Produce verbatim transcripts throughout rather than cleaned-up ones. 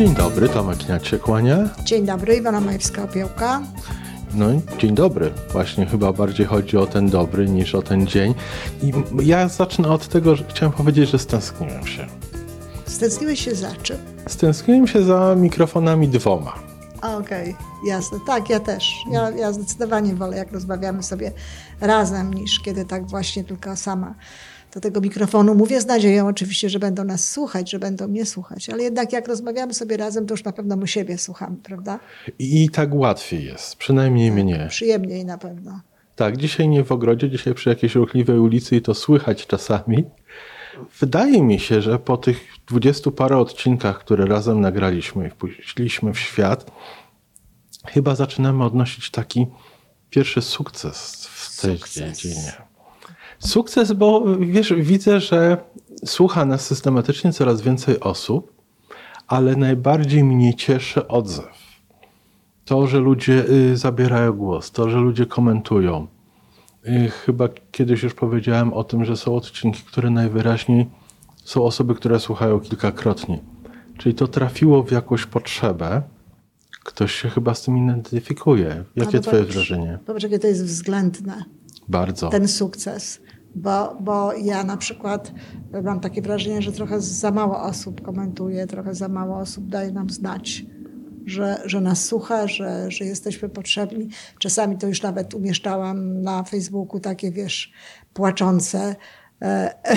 Dzień dobry, Tomek Kniat się kłania. Dzień dobry, Iwona Majewska-Opiełka. No dzień dobry. Właśnie chyba bardziej chodzi o ten dobry niż o ten dzień. I ja zacznę od tego, że chciałem powiedzieć, że stęskniłem się. Stęskniłeś się za czym? Stęskniłem się za mikrofonami dwoma. Okej, okay, jasne. Tak, ja też. Ja, ja zdecydowanie wolę, jak rozmawiamy sobie razem, niż kiedy tak właśnie tylko sama do tego mikrofonu mówię, z nadzieją oczywiście, że będą nas słuchać, że będą mnie słuchać. Ale jednak jak rozmawiamy sobie razem, to już na pewno my siebie słuchamy, prawda? I, i tak łatwiej jest, przynajmniej tak, mnie. Przyjemniej na pewno. Tak, dzisiaj nie w ogrodzie, dzisiaj przy jakiejś ruchliwej ulicy i to słychać czasami. Wydaje mi się, że po tych dwudziestu parę odcinkach, które razem nagraliśmy i wpuściliśmy w świat, chyba zaczynamy odnosić taki pierwszy sukces w tej sukces. dziedzinie. Sukces, bo wiesz, widzę, że słucha nas systematycznie coraz więcej osób, ale najbardziej mnie cieszy odzew. To, że ludzie y, zabierają głos, to, że ludzie komentują. Y, chyba kiedyś już powiedziałem o tym, że są odcinki, które najwyraźniej są osoby, które słuchają kilkakrotnie. Czyli to trafiło w jakąś potrzebę. Ktoś się chyba z tym identyfikuje. Jakie no twoje wrażenie? Popatrz, jakie to jest względne. Bardzo. Ten sukces. Bo, bo ja na przykład mam takie wrażenie, że trochę za mało osób komentuje, trochę za mało osób daje nam znać, że, że nas słucha, że, że jesteśmy potrzebni. Czasami to już nawet umieszczałam na Facebooku takie, wiesz, płaczące e, e,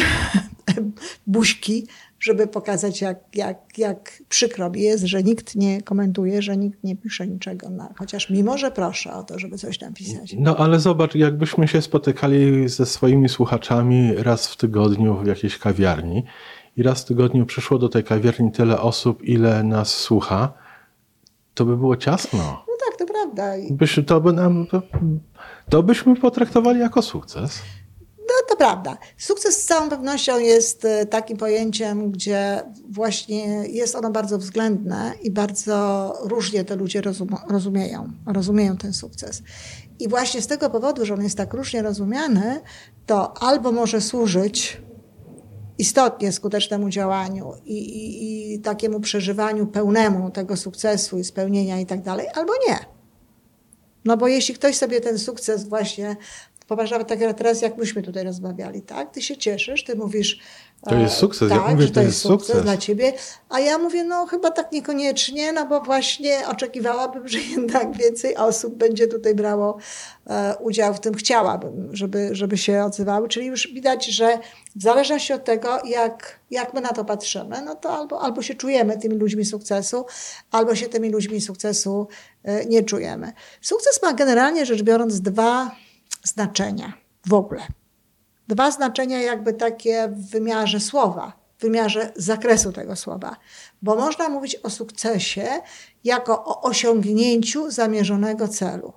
buźki, żeby pokazać, jak, jak, jak przykro mi jest, że nikt nie komentuje, że nikt nie pisze niczego. Na, chociaż mimo, że proszę o to, żeby coś tam pisać. No ale zobacz, jakbyśmy się spotykali ze swoimi słuchaczami raz w tygodniu w jakiejś kawiarni i raz w tygodniu przyszło do tej kawiarni tyle osób, ile nas słucha, to by było ciasno. No tak, to prawda. Byś, to, by nam, to, to byśmy potraktowali jako sukces. No to prawda. Sukces z całą pewnością jest takim pojęciem, gdzie właśnie jest ono bardzo względne i bardzo różnie te ludzie rozum- rozumieją, rozumieją ten sukces. I właśnie z tego powodu, że on jest tak różnie rozumiany, to albo może służyć istotnie skutecznemu działaniu i, i, i takiemu przeżywaniu pełnemu tego sukcesu i spełnienia i tak dalej, albo nie. No bo jeśli ktoś sobie ten sukces właśnie... Popatrz, nawet tak teraz, jak myśmy tutaj rozmawiali, tak? Ty się cieszysz, ty mówisz... To jest sukces, tak, ja mówię, że to jest sukces, sukces dla ciebie, a ja mówię, no chyba tak niekoniecznie, no bo właśnie oczekiwałabym, że jednak więcej osób będzie tutaj brało e, udział w tym, chciałabym, żeby, żeby się odzywały, czyli już widać, że w zależności od tego, jak, jak my na to patrzymy, no to albo, albo się czujemy tymi ludźmi sukcesu, albo się tymi ludźmi sukcesu e, nie czujemy. Sukces ma generalnie rzecz biorąc dwa znaczenia w ogóle. Dwa znaczenia jakby takie w wymiarze słowa, w wymiarze zakresu tego słowa. Bo można mówić o sukcesie jako o osiągnięciu zamierzonego celu.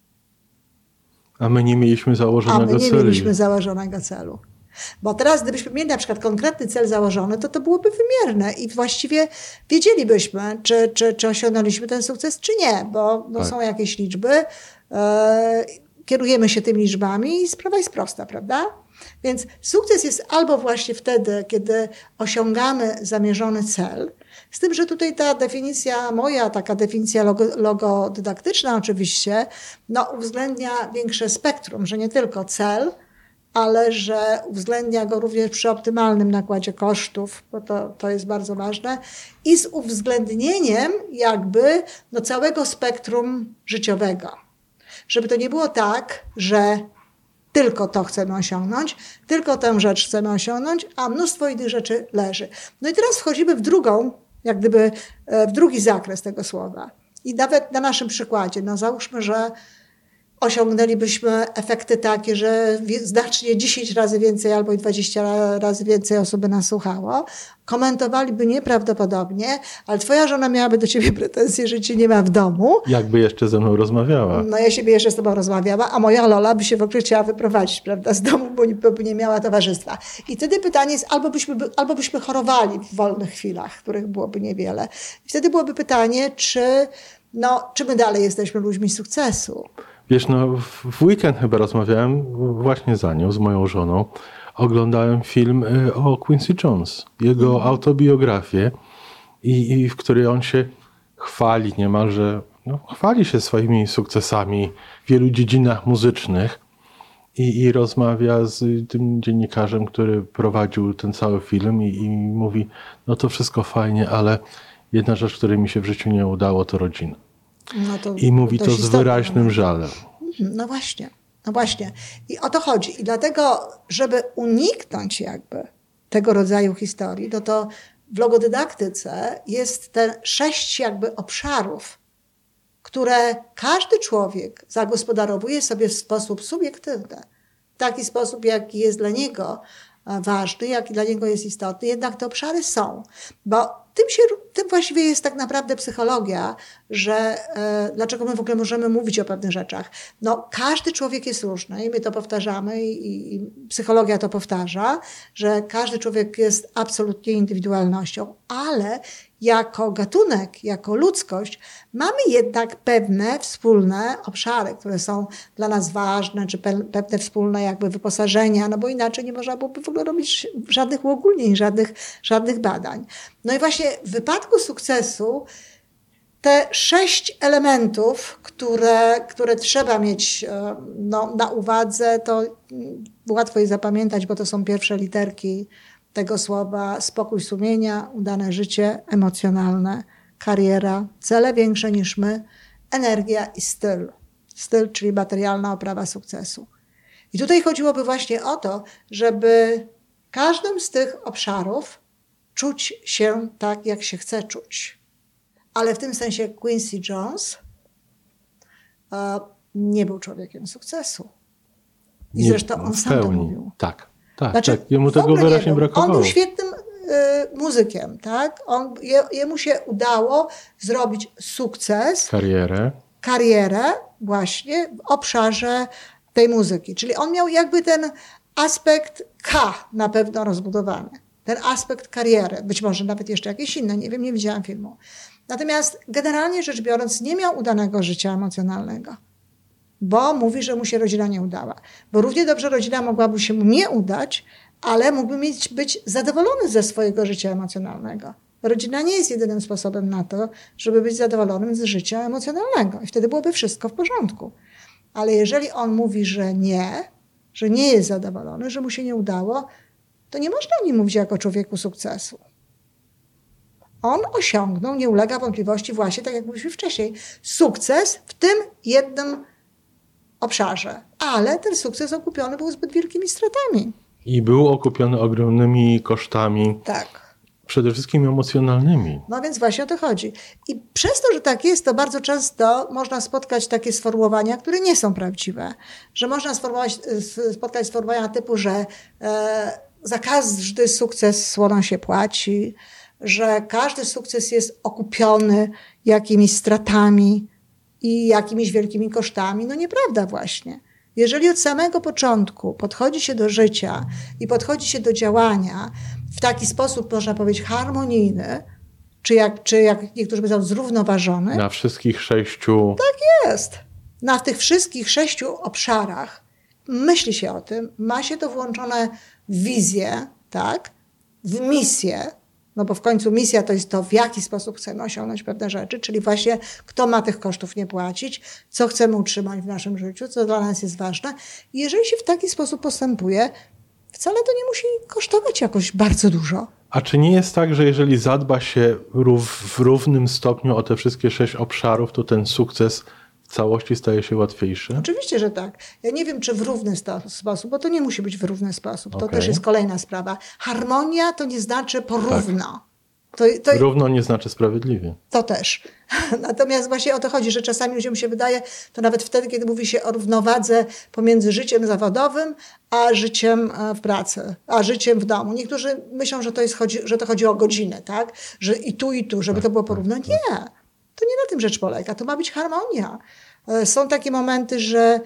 A my nie mieliśmy założonego celu. A my nie celu. mieliśmy założonego celu. Bo teraz, gdybyśmy mieli na przykład konkretny cel założony, to to byłoby wymierne i właściwie wiedzielibyśmy, czy, czy, czy osiągnęliśmy ten sukces, czy nie, bo, bo tak. Są jakieś liczby, yy, kierujemy się tymi liczbami i sprawa jest prosta, prawda? Więc sukces jest albo właśnie wtedy, kiedy osiągamy zamierzony cel, z tym, że tutaj ta definicja moja, taka definicja logo, logodydaktyczna oczywiście, no uwzględnia większe spektrum, że nie tylko cel, ale że uwzględnia go również przy optymalnym nakładzie kosztów, bo to, to jest bardzo ważne, i z uwzględnieniem jakby no, całego spektrum życiowego. Żeby to nie było tak, że tylko to chcemy osiągnąć, tylko tę rzecz chcemy osiągnąć, a mnóstwo innych rzeczy leży. No i teraz wchodzimy w drugą, jak gdyby w drugi zakres tego słowa. I nawet na naszym przykładzie, no załóżmy, że osiągnęlibyśmy efekty takie, że znacznie dziesięć razy więcej albo i dwadzieścia razy więcej osób by nas słuchało, komentowaliby nieprawdopodobnie, ale twoja żona miałaby do ciebie pretensje, że cię nie ma w domu. Jakby jeszcze ze mną rozmawiała. No ja siebie jeszcze z tobą rozmawiała, a moja Lola by się w ogóle chciała wyprowadzić, prawda, z domu, bo nie, bo nie miała towarzystwa. I wtedy pytanie jest, albo byśmy, albo byśmy chorowali w wolnych chwilach, których byłoby niewiele. I wtedy byłoby pytanie, czy, no, czy my dalej jesteśmy ludźmi sukcesu. Wiesz, no w weekend chyba rozmawiałem właśnie za nią, z moją żoną. Oglądałem film o Quincy Jones, jego mm. autobiografię. i, i w której on się chwali niemalże, no, chwali się swoimi sukcesami w wielu dziedzinach muzycznych i, i rozmawia z tym dziennikarzem, który prowadził ten cały film i, i mówi, no to wszystko fajnie, ale jedna rzecz, której mi się w życiu nie udało, to rodzina. No to, I mówi to, to z wyraźnym no. żalem. No właśnie, no właśnie. I o to chodzi. I dlatego, żeby uniknąć jakby tego rodzaju historii, no to w logodydaktyce jest te sześć jakby obszarów, które każdy człowiek zagospodarowuje sobie w sposób subiektywny. W taki sposób, jaki jest dla niego ważny, jaki dla niego jest istotny. Jednak te obszary są. Bo tym, się, tym właściwie jest tak naprawdę psychologia, że e, dlaczego my w ogóle możemy mówić o pewnych rzeczach. No, każdy człowiek jest różny i my to powtarzamy i, i psychologia to powtarza, że każdy człowiek jest absolutnie indywidualnością, ale jako gatunek, jako ludzkość mamy jednak pewne wspólne obszary, które są dla nas ważne, czy pe pewne wspólne jakby wyposażenia, no bo inaczej nie można byłoby w ogóle robić żadnych uogólnień, żadnych, żadnych badań. No i właśnie w wypadku sukcesu te sześć elementów, które, które trzeba mieć no, na uwadze, to łatwo je zapamiętać, bo to są pierwsze literki tego słowa: spokój sumienia, udane życie, emocjonalne, kariera, cele większe niż my, energia i styl. Styl, czyli materialna oprawa sukcesu. I tutaj chodziłoby właśnie o to, żeby każdym z tych obszarów czuć się tak, jak się chce czuć. Ale w tym sensie Quincy Jones e, nie był człowiekiem sukcesu. I nie, zresztą on sam to mówił. Tak. Tak, znaczy, tak, jemu tego wyraźnie brakowało. On był świetnym y, muzykiem, tak? On, je, jemu się udało zrobić sukces, karierę. karierę właśnie w obszarze tej muzyki. Czyli on miał jakby ten aspekt K na pewno rozbudowany. Ten aspekt kariery, być może nawet jeszcze jakieś inne, nie wiem, nie widziałam filmu. Natomiast generalnie rzecz biorąc nie miał udanego życia emocjonalnego. Bo mówi, że mu się rodzina nie udała. Bo równie dobrze rodzina mogłaby się mu nie udać, ale mógłby mieć, być zadowolony ze swojego życia emocjonalnego. Rodzina nie jest jedynym sposobem na to, żeby być zadowolonym z życia emocjonalnego. I wtedy byłoby wszystko w porządku. Ale jeżeli on mówi, że nie, że nie jest zadowolony, że mu się nie udało, to nie można o nim mówić jako człowieku sukcesu. On osiągnął, nie ulega wątpliwości, właśnie tak jak mówiliśmy wcześniej, sukces w tym jednym obszarze. Ale ten sukces okupiony był zbyt wielkimi stratami. I był okupiony ogromnymi kosztami. Tak. Przede wszystkim emocjonalnymi. No więc właśnie o to chodzi. I przez to, że tak jest, to bardzo często można spotkać takie sformułowania, które nie są prawdziwe. Że można sformułować, spotkać sformułowania typu, że e, za każdy sukces słono się płaci, że każdy sukces jest okupiony jakimiś stratami i jakimiś wielkimi kosztami. No nieprawda właśnie. Jeżeli od samego początku podchodzi się do życia i podchodzi się do działania w taki sposób, można powiedzieć, harmonijny, czy jak, czy jak niektórzy powiedzą zrównoważony. Na wszystkich sześciu. Tak jest. Na tych wszystkich sześciu obszarach myśli się o tym, ma się to włączone w wizję, tak, w misję, no bo w końcu misja to jest to, w jaki sposób chcemy osiągnąć pewne rzeczy, czyli właśnie kto ma tych kosztów nie płacić, co chcemy utrzymać w naszym życiu, co dla nas jest ważne. I jeżeli się w taki sposób postępuje, wcale to nie musi kosztować jakoś bardzo dużo. A czy nie jest tak, że jeżeli zadba się w równym stopniu o te wszystkie sześć obszarów, to ten sukces w całości staje się łatwiejszy? Oczywiście, że tak. Ja nie wiem, czy w równy sposób, bo to nie musi być w równy sposób. To Okay. też jest kolejna sprawa. Harmonia to nie znaczy porówno. Tak. To, to, Równo nie znaczy sprawiedliwie. To też. Natomiast właśnie o to chodzi, że czasami ludziom się wydaje, to nawet wtedy, kiedy mówi się o równowadze pomiędzy życiem zawodowym, a życiem w pracy, a życiem w domu. Niektórzy myślą, że to, jest, że to chodzi o godzinę, tak? Że i tu, i tu, żeby tak, to było porówno. Nie. To nie na tym rzecz polega. To ma być harmonia. Są takie momenty, że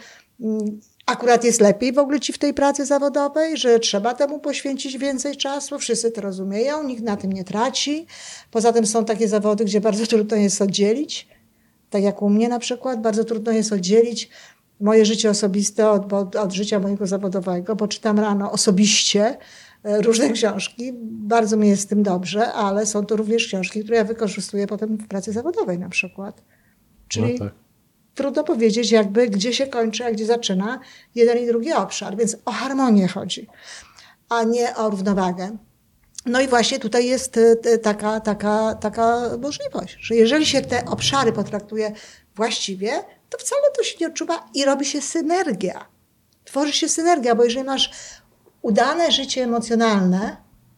akurat jest lepiej w ogóle ci w tej pracy zawodowej, że trzeba temu poświęcić więcej czasu. Wszyscy to rozumieją, nikt na tym nie traci. Poza tym są takie zawody, gdzie bardzo trudno jest oddzielić. Tak jak u mnie na przykład, bardzo trudno jest oddzielić moje życie osobiste od, od, od życia mojego zawodowego, bo czytam rano osobiście różne książki. Bardzo mi jest z tym dobrze, ale są to również książki, które ja wykorzystuję potem w pracy zawodowej na przykład. Czyli no tak. Trudno powiedzieć jakby, gdzie się kończy, a gdzie zaczyna jeden i drugi obszar. Więc o harmonię chodzi, a nie o równowagę. No i właśnie tutaj jest taka, taka, taka możliwość, że jeżeli się te obszary potraktuje właściwie, to wcale to się nie odczuwa i robi się synergia. Tworzy się synergia, bo jeżeli masz udane życie emocjonalne,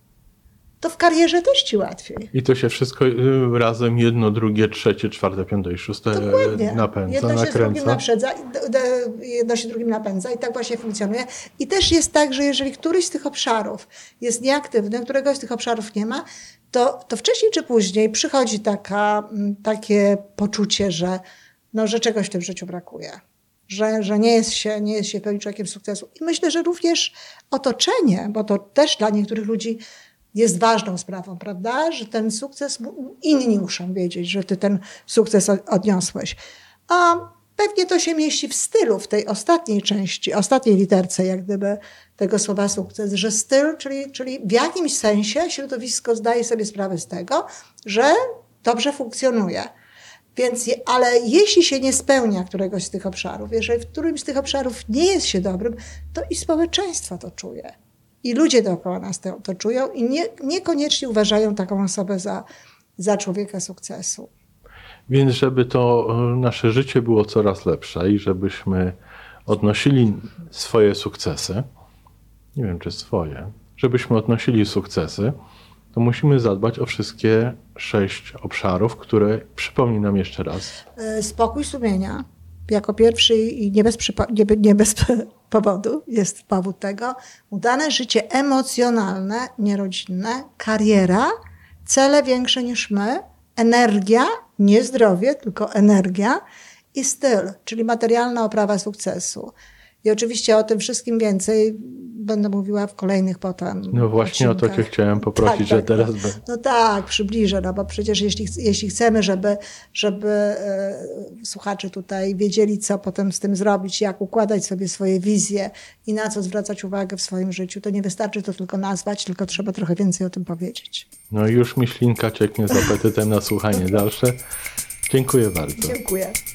to w karierze też ci łatwiej. I to się wszystko razem jedno, drugie, trzecie, czwarte, piąte i szóste Dokładnie. napędza, jedno się nakręca. drugim naprzedza, jedno się drugim napędza i tak właśnie funkcjonuje. I też jest tak, że jeżeli któryś z tych obszarów jest nieaktywny, któregoś z tych obszarów nie ma, to, to wcześniej czy później przychodzi taka, takie poczucie, że, no, że czegoś w tym życiu brakuje. Że, że nie jest się, nie jest się pełnym człowiekiem sukcesu. I myślę, że również otoczenie, bo to też dla niektórych ludzi jest ważną sprawą, prawda? Że ten sukces, inni muszą wiedzieć, że ty ten sukces odniosłeś. A pewnie to się mieści w stylu, w tej ostatniej części, ostatniej literce jak gdyby tego słowa sukces, że styl, czyli, czyli w jakimś sensie środowisko zdaje sobie sprawę z tego, że dobrze funkcjonuje. Więc, ale jeśli się nie spełnia któregoś z tych obszarów, jeżeli w którymś z tych obszarów nie jest się dobrym, to i społeczeństwo to czuje. I ludzie dookoła nas to, to czują i nie, niekoniecznie uważają taką osobę za, za człowieka sukcesu. Więc żeby to nasze życie było coraz lepsze i żebyśmy odnosili swoje sukcesy, nie wiem czy swoje, żebyśmy odnosili sukcesy, to musimy zadbać o wszystkie sześć obszarów, które przypomnij nam jeszcze raz. Spokój sumienia jako pierwszy i nie bez, przypo- nie, nie bez powodu jest powód tego. Udane życie emocjonalne, nierodzinne, kariera, cele większe niż my, energia, nie zdrowie, tylko energia i styl, czyli materialna oprawa sukcesu. I oczywiście o tym wszystkim więcej będę mówiła w kolejnych potem No właśnie odcinkach. O to cię chciałem poprosić, tak, że tak, teraz... No, no tak, przybliżę, no bo przecież jeśli, jeśli chcemy, żeby, żeby e, słuchacze tutaj wiedzieli, co potem z tym zrobić, jak układać sobie swoje wizje i na co zwracać uwagę w swoim życiu, to nie wystarczy to tylko nazwać, tylko trzeba trochę więcej o tym powiedzieć. No i już mi ślinka cieknie z apetytem na słuchanie dalsze. Dziękuję bardzo. Dziękuję.